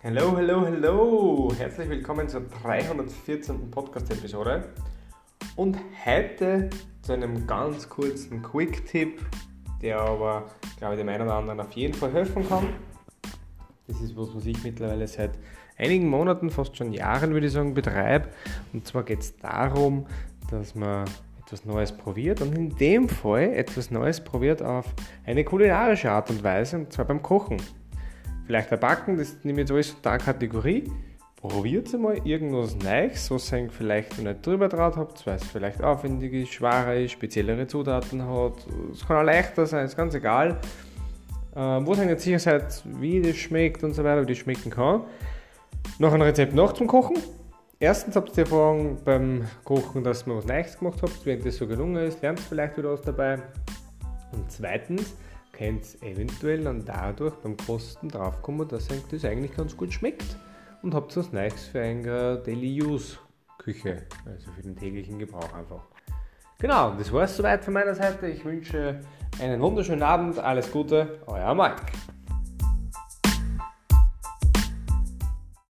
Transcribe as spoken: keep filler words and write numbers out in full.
Hallo, hallo, hallo! Herzlich willkommen zur dreihundertvierzehnten Podcast-Episode und heute zu einem ganz kurzen Quick-Tipp, der aber, glaube ich, dem einen oder anderen auf jeden Fall helfen kann. Das ist was, was ich mittlerweile seit einigen Monaten, fast schon Jahren, würde ich sagen, betreibe. Und zwar geht es darum, dass man etwas Neues probiert und in dem Fall etwas Neues probiert auf eine kulinarische Art und Weise, und zwar beim Kochen. Vielleicht ein Backen, das nehme ich jetzt alles unter eine Kategorie. Probiert mal irgendwas Neues, was ihr vielleicht noch nicht drüber drauf habt, weil es vielleicht aufwendig ist, schwerer ist, speziellere Zutaten hat. Es kann auch leichter sein, ist ganz egal. Äh, wo ihr nicht sicher seid, wie das schmeckt und so weiter, wie das schmecken kann. Noch ein Rezept nach zum Kochen. Erstens habt ihr die Erfahrung beim Kochen, dass ihr was Neues gemacht habt. Wenn das so gelungen ist, lernt ihr vielleicht wieder was dabei. Und zweitens könnt ihr eventuell dann dadurch beim Kosten draufkommen, dass euch das eigentlich ganz gut schmeckt und habt was Neues für eine Daily Use Küche, also für den täglichen Gebrauch einfach. Genau, das war es soweit von meiner Seite. Ich wünsche einen wunderschönen Abend, alles Gute, euer Mike.